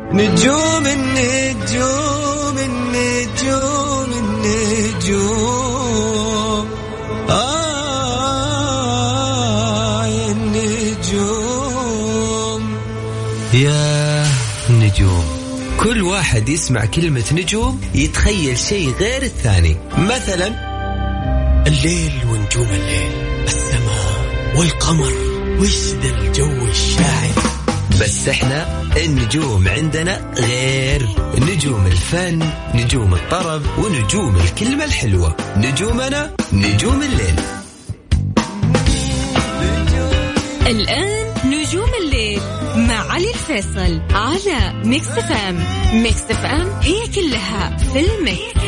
نجوم النجوم النجوم النجوم يا النجوم يا نجوم. كل واحد يسمع كلمة نجوم يتخيل شيء غير الثاني. مثلا الليل ونجوم الليل، السماء والقمر، وش ذا الجو الشاعر. بس احنا النجوم عندنا غير. نجوم الفن، نجوم الطرب، ونجوم الكلمة الحلوة. نجومنا نجوم الليل. الآن نجوم الليل مع علي الفيصل على ميكس اف ام. ميكس اف ام هي كلها في الميكس.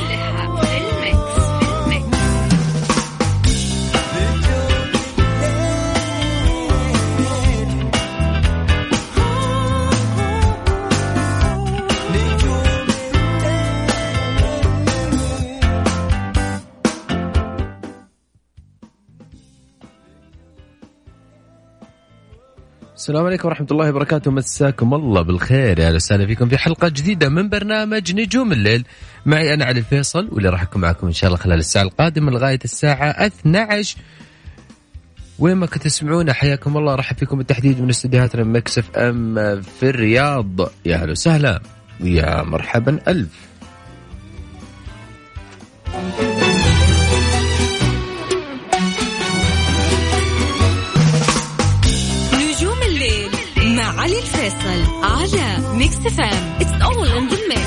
السلام عليكم ورحمة الله وبركاته. مساكم الله بالخير، يا وسهلا فيكم في حلقة جديدة من برنامج نجوم الليل. معي أنا علي الفيصل، واللي راح أكون معكم إن شاء الله خلال الساعة القادمة لغاية الساعة 12. وين ما كنتوا تسمعونا حياكم الله. رحب فيكم بالتحديد من استديوهاتنا ميكس اف ام في الرياض. يا هلا وسهلا ويا مرحبا ألف. علي الفيصل على ميكس اف ام. It's all in the mix.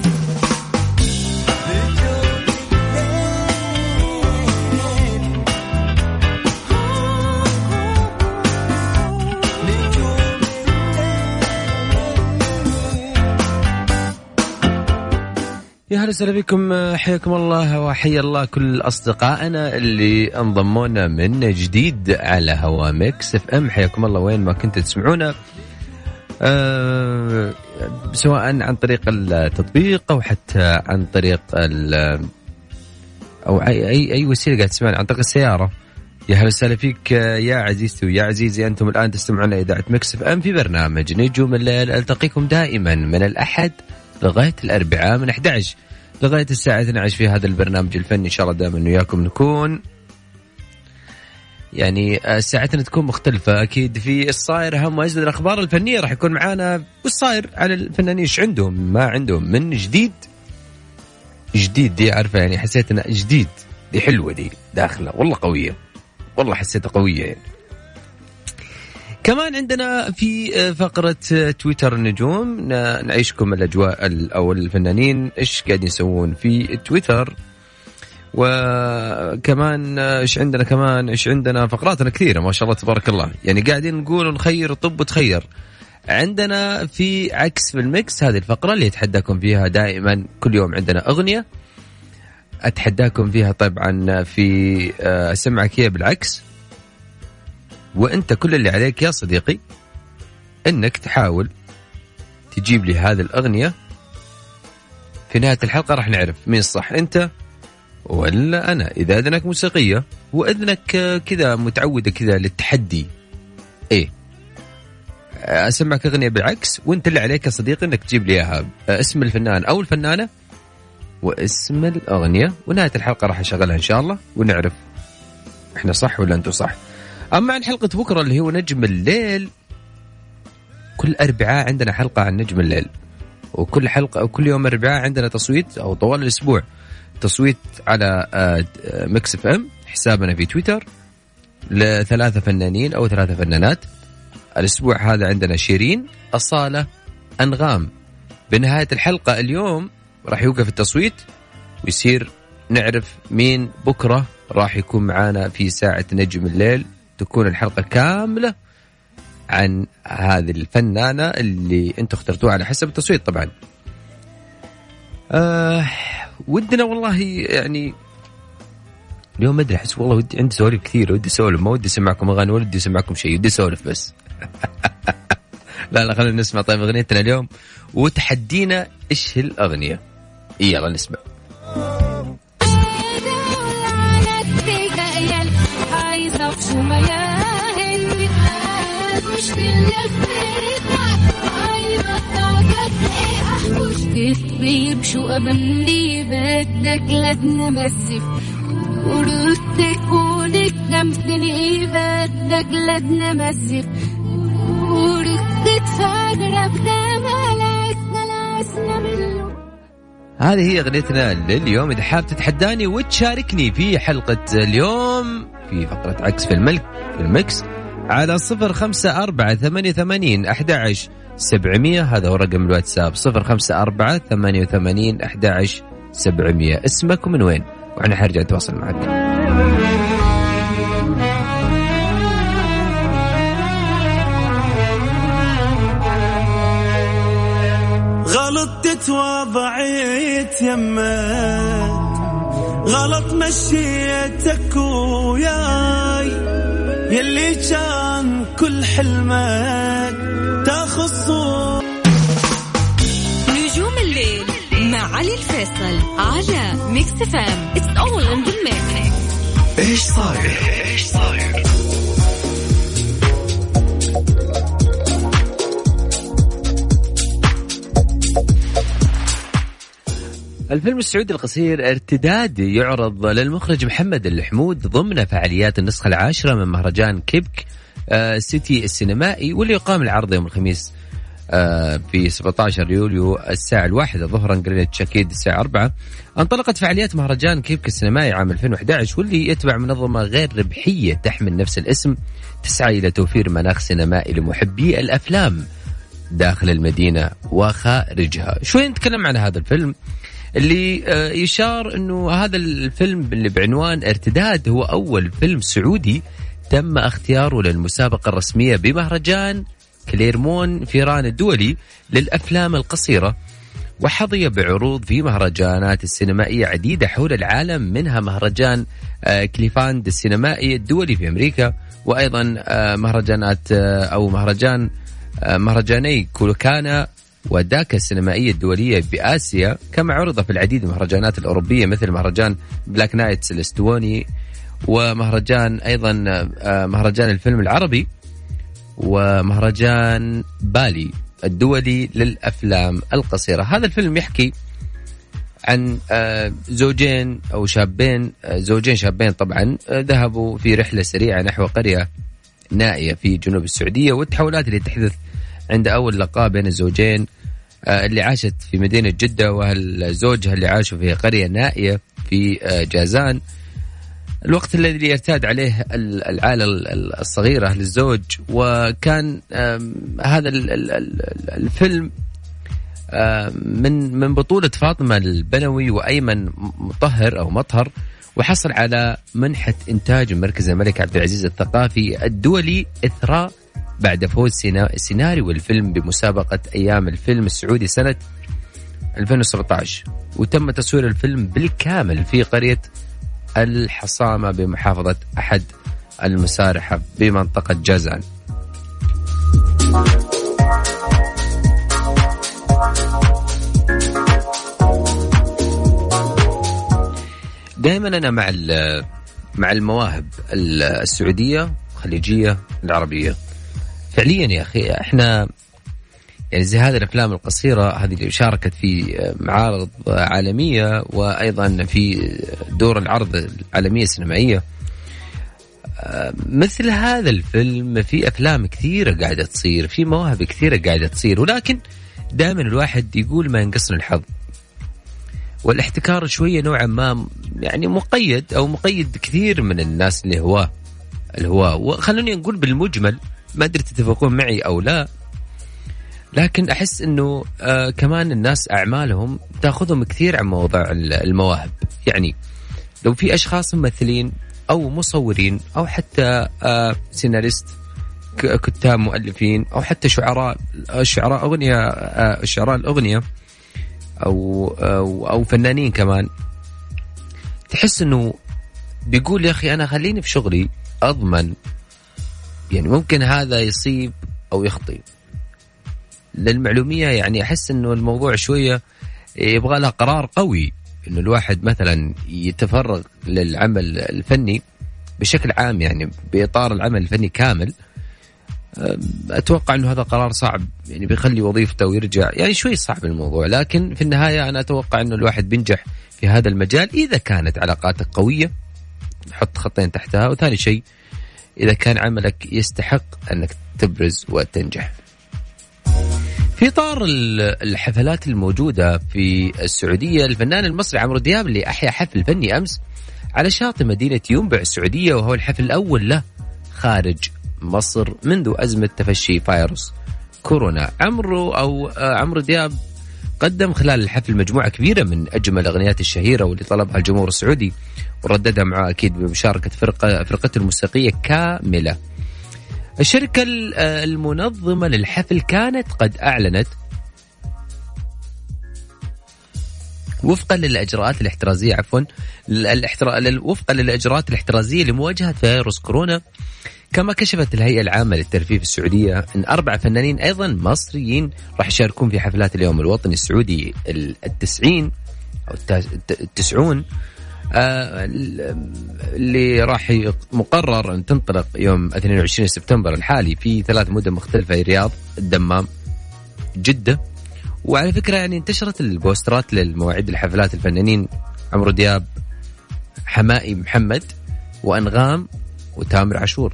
يا هلا وسهلا بكم، حياكم الله وحيا الله كل أصدقائنا اللي انضمونا من جديد على هوا ميكس اف ام. حياكم الله وين ما كنتوا تسمعونا، سواء عن طريق التطبيق أو حتى عن طريق أو أي وسيلة قاعد تسمعنا عن طريق السيارة. يا هلا وسهلا فيك يا عزيزتي ويا عزيزي. أنتم الآن تستمعون إذاعة ميكس اف ام في برنامج نجوم الليل. ألتقيكم دائما من الأحد لغاية الأربعاء من 11 لغاية الساعة 12 في هذا البرنامج الفني. إن شاء الله دائما وياكم نكون يعني ساعتنا تكون مختلفة. أكيد في الصاير هم وأجدد الأخبار الفنية راح يكون معانا، والصاير على الفنانين إيش عندهم ما عندهم من جديد. دي عارفة يعني، حسيت أنها جديد، دي حلوة، دي داخلة والله قوية، والله حسيتها قوية يعني. كمان عندنا في فقرة تويتر النجوم نعيشكم الأجواء أو الفنانين إيش قاعدين يسوون في تويتر. وكمان إيش عندنا فقراتنا كثيرة ما شاء الله تبارك الله، يعني قاعدين نقول نخير طب وتخير. عندنا في عكس في الميكس هذه الفقرة اللي أتحداكم فيها دائما كل يوم. عندنا أغنية أتحداكم فيها طبعا في أسمعك إياها بالعكس، وأنت كل اللي عليك يا صديقي أنك تحاول تجيب لي هذه الأغنية. في نهاية الحلقة راح نعرف مين صح، أنت ولا أنا. إذا أذنك موسيقية وأذنك كذا متعودة كذا للتحدي، إيه أسمعك أغنية بالعكس، وأنت اللي عليك يا صديقي أنك تجيب لي إياها، اسم الفنان أو الفنانة واسم الأغنية، ونهاية الحلقة راح أشغلها إن شاء الله ونعرف إحنا صح ولا أنتوا صح. أما عن حلقة بكرة اللي هو نجم الليل، كل أربعاء عندنا حلقة عن نجم الليل، وكل حلقة أو كل يوم أربعاء عندنا تصويت أو طوال الأسبوع تصويت على ميكس اف ام حسابنا في تويتر ل3 فنانين أو 3 فنانات. الأسبوع هذا عندنا شيرين، أصالة، أنغام. بنهاية الحلقة اليوم راح يوقف التصويت ويصير نعرف مين بكرة راح يكون معانا في ساعة نجم الليل. تكون الحلقة كاملة عن هذه الفنانة اللي انتوا اخترتوها على حسب التصويت طبعا. ودنا والله يعني اليوم ما ادري، احس والله ودي، عندي سوالف كثير، ودي اسولف، ما ودي اسمعكم اغاني ولا ودي اسمعكم شيء، ودي اسولف بس. لا خلينا نسمع طيب اغنيتنا اليوم وتحدينا ايش هي الاغنية. يلا نسمع. طيب شو أبني بدك لدنا مسف ورثك ونك كم سنة بدك لدنا مسف ورثك فاقرب دمالك نلاسنا منه. هذه هي أغنيتنا لليوم. إذا حاب تتحداني وتشاركني في حلقة اليوم في فقرة عكس في المكس على 0548811700. هذا هو رقم الواتساب 0548811700. اسمك ومن وين وأنا حرجع أتواصل معك. غلطت وضعيت يمك غلط مشيتك وياي يلي كان كل حلمك تاخذ. نجوم الليل مع علي الفيصل على ميكس فام. It's all in the mix. ايش صاير؟ الفيلم السعودي القصير ارتداد يعرض للمخرج محمد الحمود ضمن فعاليات النسخة 10 من مهرجان كيبك سيتي السينمائي، واللي يقام العرض يوم الخميس في 17 يوليو الساعة 1 ظهرا جرينتش أكيد الساعة 4. انطلقت فعاليات مهرجان كيبك السينمائي عام 2011 واللي يتبع منظمة غير ربحية تحمل نفس الاسم تسعى إلى توفير مناخ سينمائي لمحبي الأفلام داخل المدينة وخارجها. شوي نتكلم عن هذا الفيلم اللي يشار أنه هذا الفيلم اللي بعنوان ارتداد هو أول فيلم سعودي تم اختياره للمسابقة الرسمية بمهرجان كليرمون فيران الدولي للأفلام القصيرة، وحظي بعروض في مهرجانات السينمائية عديدة حول العالم، منها مهرجان كليفاند السينمائي الدولي في أمريكا، وأيضا مهرجانات أو مهرجاني كولوكانا وداكا السينمائية الدولية بآسيا، كما عرض في العديد من المهرجانات الأوروبية مثل مهرجان بلاك نايتس الاستواني، ومهرجان أيضا مهرجان الفيلم العربي، ومهرجان بالي الدولي للأفلام القصيرة. هذا الفيلم يحكي عن زوجين شابين طبعا ذهبوا في رحلة سريعة نحو قرية نائية في جنوب السعودية، والتحولات اللي تحدث عند أول لقاء بين الزوجين اللي عاشت في مدينة جدة وزوجها اللي عاشوا في قرية نائية في جازان. الوقت الذي يرتاد عليه العائلة الصغيرة للزوج، وكان هذا الفيلم من بطولة فاطمة البنوي وأيمن مطهر، وحصل على منحة إنتاج مركز الملك عبد العزيز الثقافي الدولي إثراء بعد فوز سيناريو الفيلم بمسابقة أيام الفيلم السعودي سنة 2017، وتم تصوير الفيلم بالكامل في قرية الحصامة بمحافظة أحد المسارحة بمنطقة جازان. دائما أنا مع المواهب السعودية الخليجية العربية فعليا يا أخي. احنا يعني زي هذه الأفلام القصيرة هذه اللي شاركت في معارض عالمية وأيضا في دور العرض العالمية السينمائية، مثل هذا الفيلم في أفلام كثيرة قاعدة تصير، في مواهب كثيرة قاعدة تصير، ولكن دائما الواحد يقول ما ينقصنا الحظ والاحتكار شوية نوعا ما يعني مقيد كثير من الناس اللي هو وخلوني نقول بالمجمل، ما أدري تتفقون معي أو لا، لكن أحس أنه كمان الناس أعمالهم تأخذهم كثير عن موضوع المواهب. يعني لو في أشخاص ممثلين أو مصورين أو حتى سيناريست، كتاب، مؤلفين، أو حتى شعراء الأغنية أو فنانين كمان، تحس أنه بيقول يا أخي أنا خليني في شغلي أضمن، يعني ممكن هذا يصيب أو يخطئ. للمعلومية يعني أحس أنه الموضوع شوية يبغى لها قرار قوي، أنه الواحد مثلا يتفرغ للعمل الفني بشكل عام، يعني بإطار العمل الفني كامل، أتوقع أنه هذا قرار صعب، يعني بيخلي وظيفته ويرجع، يعني شوي صعب الموضوع، لكن في النهاية أنا أتوقع أنه الواحد بينجح في هذا المجال إذا كانت علاقاتك قوية، نحط خطين تحتها، وثاني شيء إذا كان عملك يستحق أنك تبرز وتنجح. في طار الحفلات الموجودة في السعودية، الفنان المصري عمرو دياب اللي أحيا حفل فني أمس على شاطئ مدينة ينبع السعودية، وهو الحفل الأول له خارج مصر منذ أزمة تفشي فيروس كورونا. عمرو دياب قدم خلال الحفل مجموعة كبيرة من أجمل الأغنيات الشهيرة واللي طلبها الجمهور السعودي، ورددها معه أكيد بمشاركة فرقته الموسيقية كاملة. الشركة المنظمة للحفل كانت قد أعلنت وفقا للإجراءات الاحترازية وفقا للإجراءات الاحترازية لمواجهة فيروس كورونا. كما كشفت الهيئة العامة للترفيه في السعودية أن 4 فنانين أيضا مصريين راح يشاركون في حفلات اليوم الوطني السعودي 90 أو 90 اللي راح مقرر أن تنطلق يوم 22 سبتمبر الحالي في 3 مدن مختلفة: الرياض، الدمام، جدة. وعلى فكرة يعني انتشرت البوسترات للمواعيد الحفلات الفنانين عمرو دياب، حمائي محمد، وأنغام، وتامر عاشور.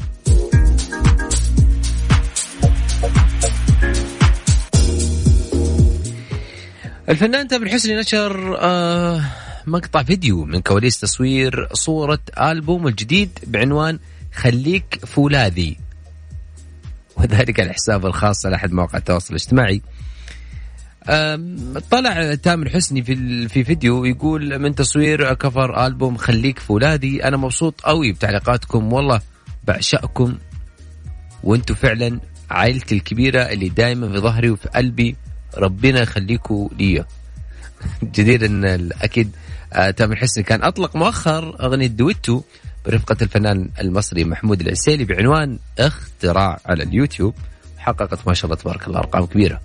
الفنان تامر حسني نشر مقطع فيديو من كواليس تصوير صورة ألبوم الجديد بعنوان خليك فولاذي، وذلك على حسابه الخاص على أحد مواقع التواصل الاجتماعي. طلع تامر حسني في فيديو يقول: من تصوير كفر ألبوم خليك فولاذي، أنا مبسوط قوي بتعليقاتكم، والله بعشقكم، وانتوا فعلا عائلتي الكبيرة اللي دائما في ظهري وفي قلبي، ربنا يخليكوا لي. جدير ان اكيد تامر حسني كان اطلق مؤخر اغنية دويتو برفقة الفنان المصري محمود العسيلي بعنوان اختراع على اليوتيوب، حققت ما شاء الله تبارك الله ارقام كبيرة.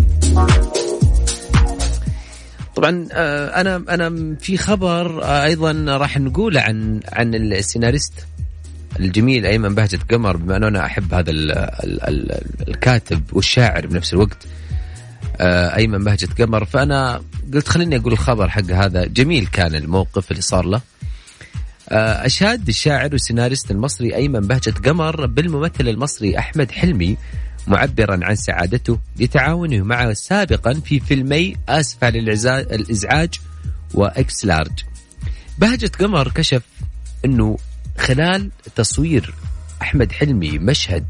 طبعا انا في خبر ايضا راح نقول عن السيناريست الجميل أيمن بهجة قمر، بما أنه أنا أحب هذا الكاتب والشاعر بنفس الوقت، أيمن بهجة قمر. فأنا قلت خليني أقول الخبر حق هذا. جميل كان الموقف اللي صار له. أشاد الشاعر والسيناريست المصري أيمن بهجة قمر بالممثل المصري أحمد حلمي، معبرا عن سعادته لتعاونه معه سابقا في فيلمي آسف على الإزعاج وإكس لارج. بهجة قمر كشف أنه خلال تصوير أحمد حلمي مشهد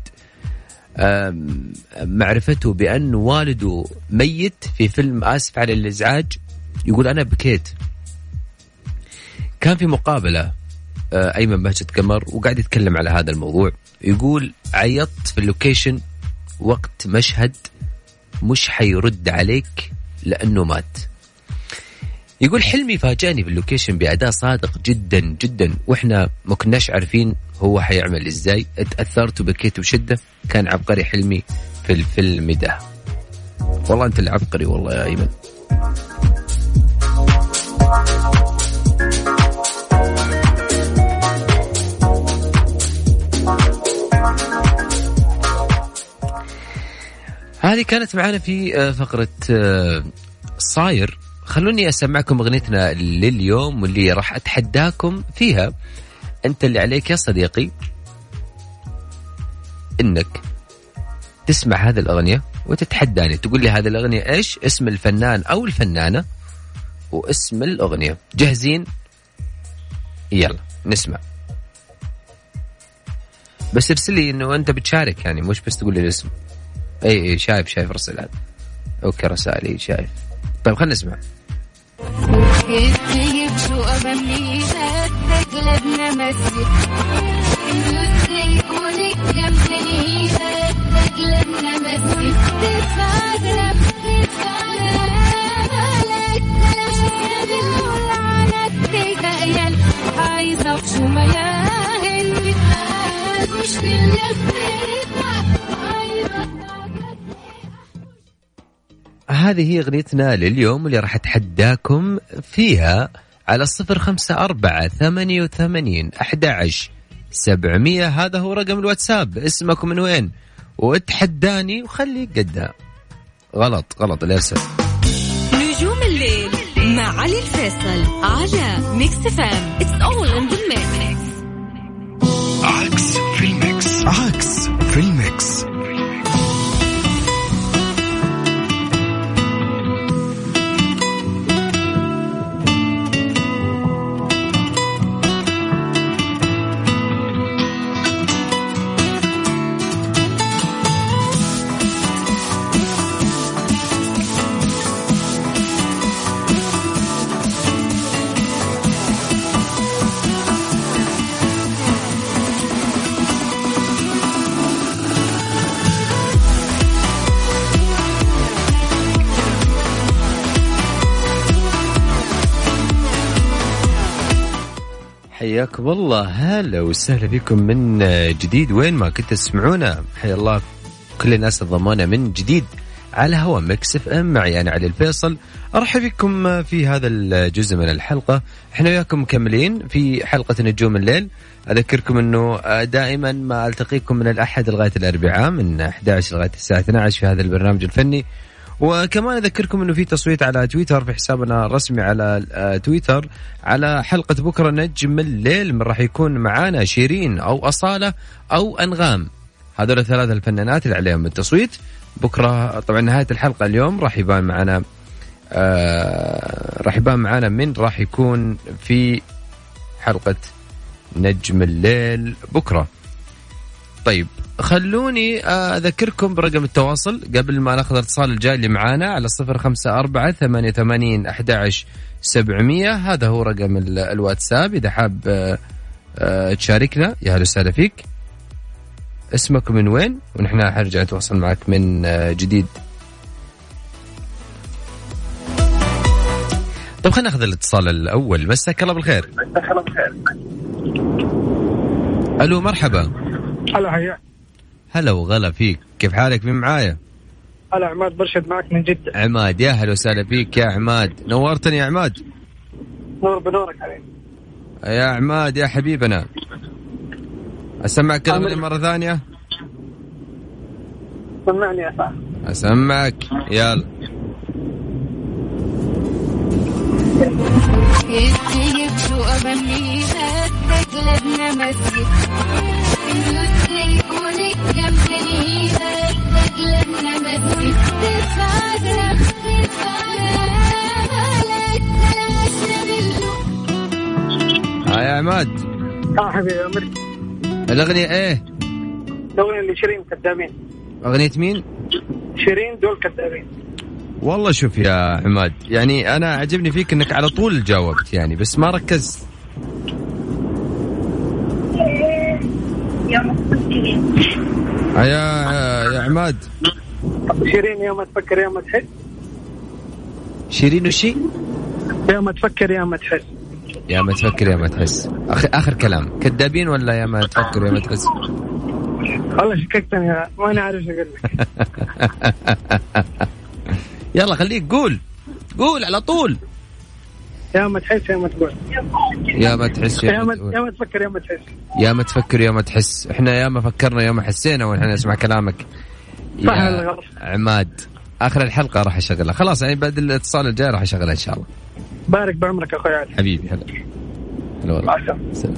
معرفته بأن والده ميت في فيلم آسف على الإزعاج، يقول أنا بكيت. كان في مقابلة أيمن بهجة قمر وقاعد يتكلم على هذا الموضوع، يقول عيطت في اللوكيشن وقت مشهد مش حيرد عليك لأنه مات. يقول حلمي فاجأني باللوكيشن بأداء صادق جدا جدا، وإحنا ما كناش عارفين هو حيعمل إزاي. اتأثرت وبكيت بشدة، كان عبقري حلمي في الفيلم ده. والله أنت العبقري والله يا أيمن. هذه كانت معنا في فقرة صاير. خلوني أسمعكم أغنيتنا لليوم واللي راح أتحداكم فيها. أنت اللي عليك يا صديقي إنك تسمع هذه الأغنية وتتحداني، تقول لي هذه الأغنية إيش اسم الفنان أو الفنانة واسم الأغنية. جاهزين؟ يلا نسمع. بس ارسل لي إنه أنت بتشارك، يعني مش بس تقول لي الاسم. أي شايف رسالة. أوكي رسالي شايف. طيب خلنا نسمع. هذه هي أغنيتنا لليوم اللي راح أتحداكم فيها على 0548811700. هذا هو رقم الواتساب. اسمكم من وين واتحداني وخلي قدها. غلط الإرسال. نجوم الليل مع علي الفيصل على ميكس اف ام. It's all in the mix. عكس في الميكس. عكس في الميكس. حياكم الله، هلا وسهلا بكم من جديد وين ما كنت تسمعونا. حيا الله كل الناس الضمانة من جديد على هوا ميكس اف ام. معي أنا علي الفيصل، أرحب بكم في هذا الجزء من الحلقة. احنا وياكم مكملين في حلقة نجوم الليل. أذكركم أنه دائما ما ألتقيكم من الأحد لغاية الأربعاء من 11 لغاية الساعة 12 في هذا البرنامج الفني. وكمان أذكركم أنه في تصويت على تويتر في حسابنا الرسمي على تويتر على حلقة بكرة نجم الليل. من راح يكون معانا شيرين أو أصالة أو أنغام، هذول الثلاثة الفنانات اللي عليهم التصويت. بكرة طبعا نهاية الحلقة اليوم راح يبان معانا من راح يكون في حلقة نجم الليل بكرة. طيب خلوني أذكركم برقم التواصل قبل ما ناخذ الاتصال الجاي اللي معانا على 0548811700. هذا هو رقم الواتساب إذا حاب تشاركنا. يا هلا وسهلا فيك، اسمك من وين ونحن حنرجع نتواصل معك من جديد. طب خلينا ناخذ الاتصال الأول. مساك الله بالخير. ألو مرحبا. هلا حياك. هلا وغلا فيك، كيف حالك؟ مين معايا؟ هلا عماد برشد معك من جدة. عماد، يا هلا وسهلا فيك يا عماد، نورتني يا عماد. نور بنورك حبيبي. يا عماد يا حبيبنا، أسمعك كلامي مرة ثانية. سمعني يا صاحبي. أسمعك يلا. يا عماد. حبيبي يا مري. الأغنية إيه؟ الأغنية اللي شيرين كذابين. أغنية مين؟ شيرين دول كذابين. والله شوف يا عماد، يعني أنا عجبني فيك إنك على طول جاوبت يعني، بس ما ركزت. يا عماد. شيرين يوم تفكر يوم تحس. شيرين وشي؟ يوم تفكر يوم تحس. يا ما تفكر يا ما تحس. آخر كلام كذابين ولا يا ما تفكر يا ما تحس؟ والله شككتني ما أنا عارف أقول لك. يلا خليك قول على طول. يا ما تحس يا ما تقول. يا ما تحس يا ما تفكر يا ما تحس. يا ما تفكر يا ما تحس. احنا يا ما فكرنا يا ما حسينا ونحن نسمع كلامك. صح ولا غلط؟ عماد آخر الحلقة راح أشغلها خلاص، يعني بعد الاتصال الجاي راح أشغلها إن شاء الله. بارك بعمرك أخوي علي. حبيبي هلا والله.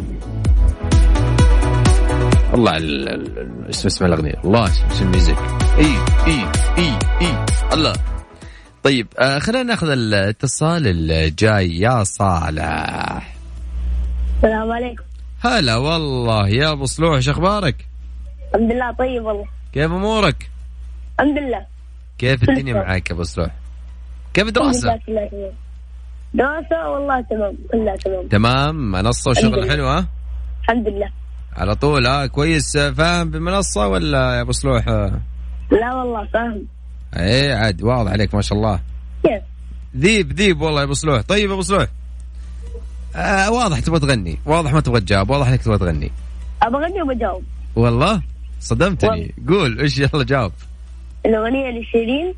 الله على اسم الأغنية، الله اسم الميوزك. اي الله. طيب خلينا ناخذ الاتصال الجاي. يا صالح. السلام عليكم. هلا والله يا ابو صلوح، شو اخبارك؟ الحمد لله طيب والله. كيف امورك؟ الحمد لله. كيف الدنيا معاك يا ابو صلوح؟ كيف الدراسة؟ دراسة والله تمام، كلها تمام. تمام. منصة وشغل حلو ها؟ الحمد لله. على طول كويس. فاهم بالمنصة ولا يا ابو صلوح؟ لا والله فاهم. ايه عاد واضح عليك ما شاء الله. كيف؟ ذيب والله يا ابو صلوح. طيب يا ابو صلوح واضح تبغى تغني، واضح ما تبغى تجاوب، واضح انك تبغى تغني. ابغى اغني وبجاوب. والله صدمتني. قول ايش، يلا جاوب. الاغنية لشيرين.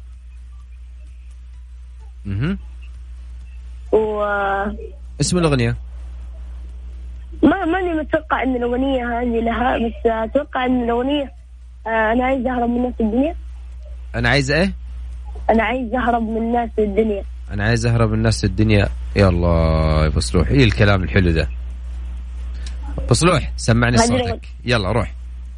اسم الاغنية ماني متوقع ان الاغنية هذه لها، بس اتوقع ان الاغنية أنا عايز أهرب من ناس الدنيا. أنا عايز إيه؟ أنا عايز أهرب من ناس الدنيا. أنا عايز أهرب من ناس الدنيا. يلا يا بصلوح، إيه الكلام الحلو ده؟ بصلوح سمعني صوتك، يلا روح.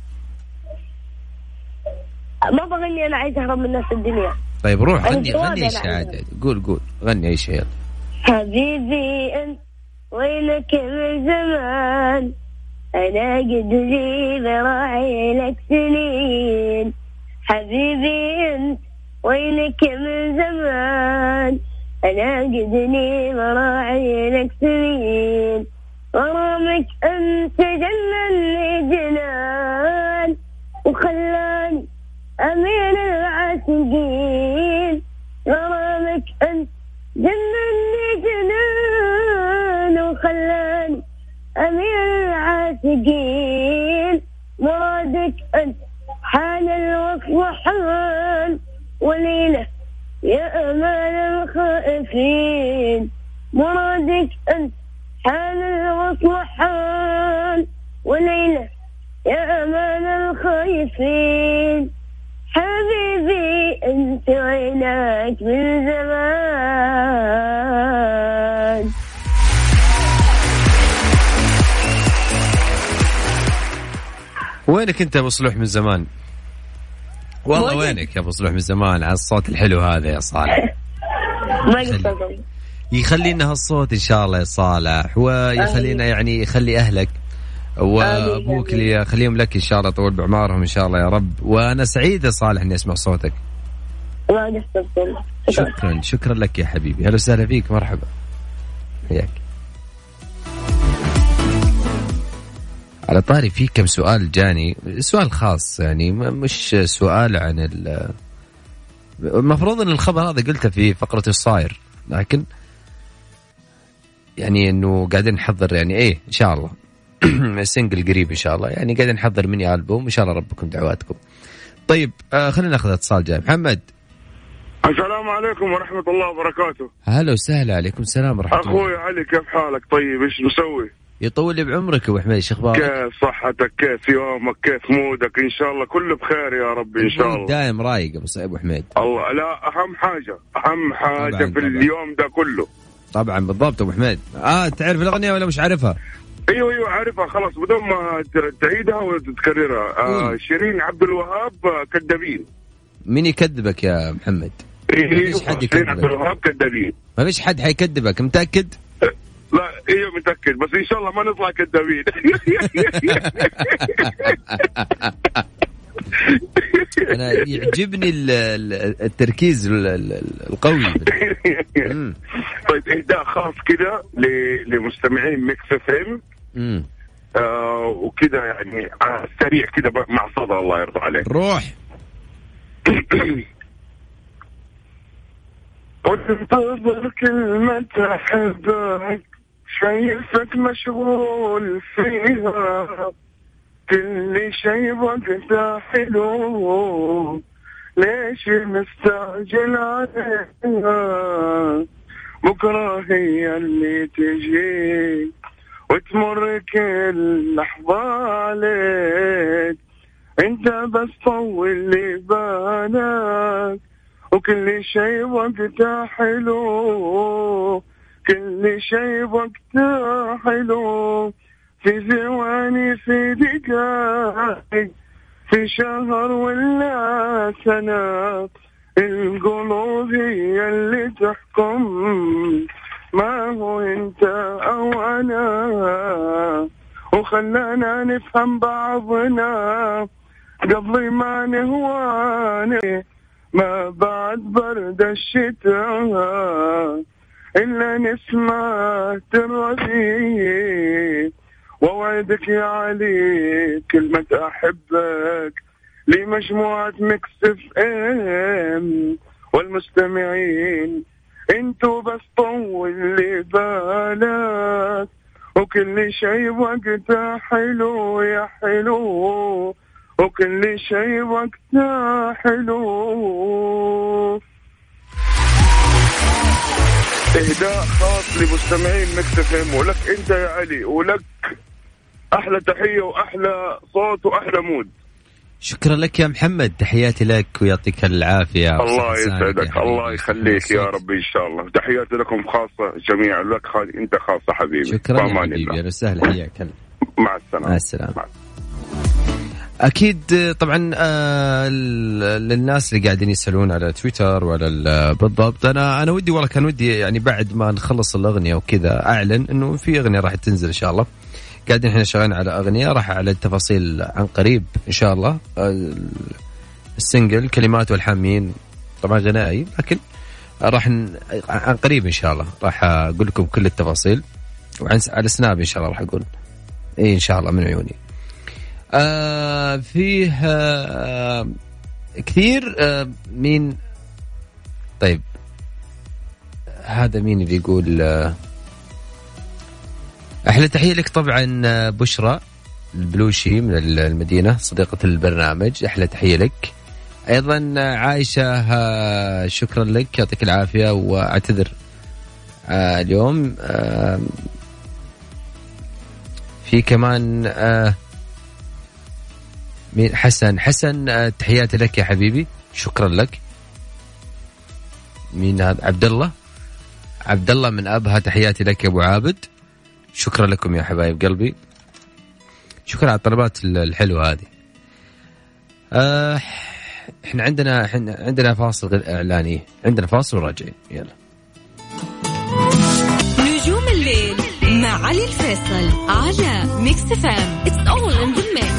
ما بغني، أنا عايز أهرب من ناس الدنيا. طيب روح غني أي شيء عادي، قول غني أي شيء يلا. حبيبي أنت وينك من زمان، أنا قد لي براعي لك سنين. حبيبي أنت وينك من زمان، أنا قد لي براعي لك سنين. غرامك أنت جنني جنان، وخلاني أمين العاشقين. غرامك أنت جنني جنان، وخلاني أمين العاشقين. مرادك أنت حان الوصل حان، وليلة يا أمان الخائفين. مرادك أنت حان الوصل حان، وليلة يا أمان الخائفين. حبيبي أنت وينك من زمان. وينك أنت يا بصلوح من زمان؟ والله وينك يا بصلوح من زمان على الصوت الحلو هذا يا صالح. ما قصدهم يخلينا هالصوت إن شاء الله يا صالح، ويخلينا يعني يخلي أهلك وأبوك اللي يخليهم لك إن شاء الله، طول بعمارهم إن شاء الله يا رب. وأنا سعيد يا صالح إني أسمع صوتك. شكرا لك يا حبيبي. هلا وسهلا فيك، مرحبا، حياك. على طاري في كم سؤال جاني، سؤال خاص يعني مش سؤال عن المفروض ان الخبر هذا قلته في فقرة الصاير، لكن يعني انه قاعدين نحضر يعني ايه ان شاء الله سنجل قريب ان شاء الله، يعني قاعدين نحضر مني ألبوم ان شاء الله، ربكم دعواتكم. طيب خلينا ناخذ اتصال جاي. محمد، السلام عليكم ورحمة الله وبركاته. هلا وسهلا. عليكم السلام ورحمة الله. أخوي علي كيف حالك؟ طيب إيش مسوي؟ يطول لي بعمرك أبو حميد، شخبارك؟ كيف صحتك؟ كيف يومك؟ كيف مودك؟ إن شاء الله كله بخير يا رب إن شاء الله. دائم رايق أبو حميد. الله، لا أهم حاجة في اليوم ده كله. طبعا بالضبط أبو حميد. تعرف الأغنية ولا مش عارفها؟ ايوه عارفها خلاص بدون ما تعيدها وتتكررها. شيرين عبد الوهاب، كذابين. مين يكذبك يا محمد؟ ايوه شيرين عبد الوهاب كذابين. ما فيش حد حيكذبك، متأكد؟ لا ايوه متأكد، بس ان شاء الله ما نطلع كذابين. انا يعجبني التركيز القوي. طيب اهداء خاص كده لمستمعين ميكس اف ام، وكده يعني سريع كده مع صدى، الله يرضى عليك. روح. وتنتظر كلمة أحبك، شايفك مشغول فيها، كل شيء وقتها حلو، ليش مستعجل عليها؟ بكرة هي اللي تجي وتمر كل لحظة عليك، انت بس طول لي بالك، وكل شيء وقتها حلو، كل شيء وقتها حلو، في ثواني، في دقائق، في شهر ولا سنة، القلوب هي اللي تحكم، ما هو انت او انا، وخلانا نفهم بعضنا قبل ما نهواني، ما بعد برد الشتاء إلا نسمع ترضي، ووعدك يا علي كلمة أحبك لمجموعة ميكس اف ام والمستمعين، انتو بس طول لي بالك، وكل شيء وقتها حلو يا حلو، وكل شيء وقتها حلو. إهداء خاص لمستمعين ميكس اف ام، ولك انت يا علي، ولك احلى تحية واحلى صوت واحلى مود. شكرا لك يا محمد، تحياتي لك ويعطيك العافية. الله يسعدك، الله يخليك يا رب إن شاء الله. تحياتي لكم خاصة جميعا، لك أنت خاصة حبيبي. شكرا يا حبيبي، أهلا وسهلا، حياك. مع السلامة. مع السلامة. أكيد طبعا للناس اللي قاعدين يسألون على تويتر وعلى بالضبط، أنا ودي والله كان ودي يعني بعد ما نخلص الأغنية وكذا أعلن إنه في أغنية راح تنزل إن شاء الله. قاعدين احنا شغالين على أغنية، راح على التفاصيل عن قريب إن شاء الله. السنجل كلمات والحامين طبعا غنائي، لكن راح عن قريب إن شاء الله راح أقول لكم كل التفاصيل، وعلى سناب إن شاء الله راح أقول إيه إن شاء الله من عيوني. فيه كثير مين. طيب هذا مين اللي يقول أحلى تحية لك طبعا بشرى البلوشي من المدينة، صديقة البرنامج، أحلى تحية لك. أيضا عايشة شكرا لك، يعطيك العافية، وأعتذر اليوم. في كمان حسن تحياتي لك يا حبيبي، شكرا لك. مين هذا؟ عبد الله من أبها، تحياتي لك يا أبو عابد، شكرا لكم يا حبايب قلبي، شكرا على الطلبات الحلوة هذه. احنا عندنا فاصل إعلاني، عندنا فاصل وراجعين. يلا نجوم الليل مع علي الفيصل على ميكس فام. It's all in the mix.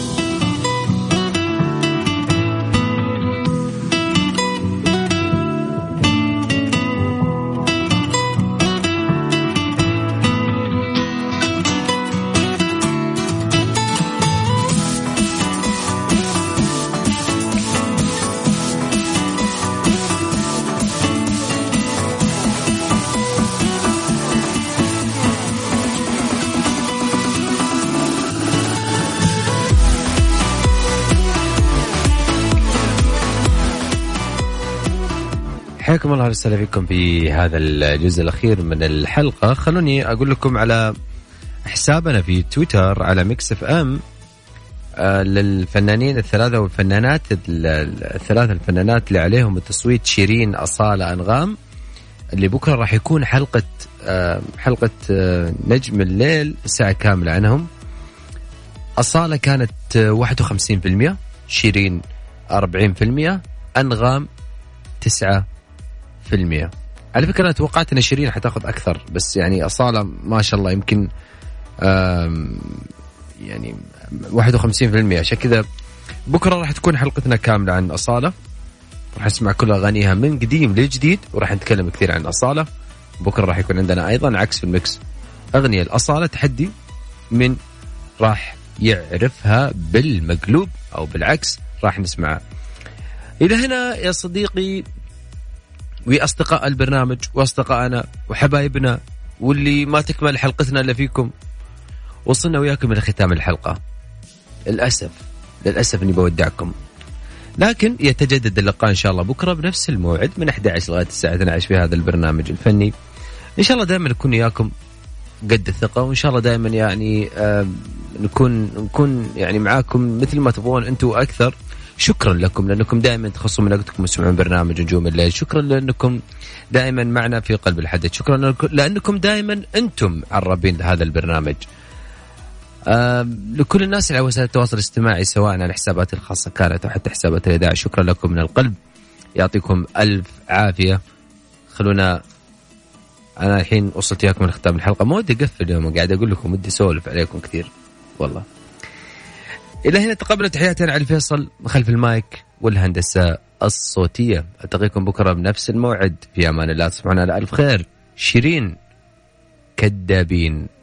حياكم الله وسهلا فيكم في هذا الجزء الأخير من الحلقة. خلوني أقول لكم على حسابنا في تويتر على ميكس اف ام للفنانين الثلاثة والفنانات الثلاثة الفنانات اللي عليهم التصويت، شيرين، أصالة، أنغام، اللي بكرة راح يكون حلقة نجم الليل ساعة كاملة عنهم. أصالة كانت 51%، شيرين 40%، أنغام 9%. على فكرة أنا توقعت أن شيرين حتاخذ أكثر، بس يعني أصالة ما شاء الله يمكن يعني 51%. عشان كذا بكرة راح تكون حلقتنا كاملة عن أصالة، راح نسمع كل أغانيها من قديم لجديد، وراح نتكلم كثير عن أصالة. بكرة راح يكون عندنا أيضا عكس في الميكس، أغنية الأصالة تحدي من راح يعرفها بالمقلوب أو بالعكس، راح نسمعها. إلى هنا يا صديقي وأصدقاء البرنامج وأصدقائنا وحبايبنا واللي ما تكمل حلقتنا إلا فيكم، وصلنا وياكم إلى ختام الحلقة. للأسف أني بودعكم، لكن يتجدد اللقاء إن شاء الله بكرة بنفس الموعد من 11 لغاية الساعة 12 في هذا البرنامج الفني. إن شاء الله دائما نكون وياكم قد الثقة، وإن شاء الله دائما يعني نكون يعني معاكم مثل ما تبغون أنتم أكثر. شكرا لكم لأنكم دائما تخصصوا من وقتكم تسمعون برنامج نجوم الليل. شكرا لأنكم دائما معنا في قلب الحدث. شكرا لأنكم دائما أنتم عرابين لهذا البرنامج. لكل الناس على وسائل التواصل الاجتماعي سواء على حساباتي الخاصة كانت أو حتى حسابات الإذاعة، شكرا لكم من القلب، يعطيكم ألف عافية. خلونا أنا الحين وصلت إياكم لختام الحلقة، ما ودي أقفل اليوم، قاعد أقول لكم ودي أسولف عليكم كثير والله. إلى هنا تقبل تحياتنا على الفيصل خلف المايك والهندسة الصوتية. ألتقيكم بكرة بنفس الموعد، في أمان الله، تصبحون على ألف خير. شيرين كدابين.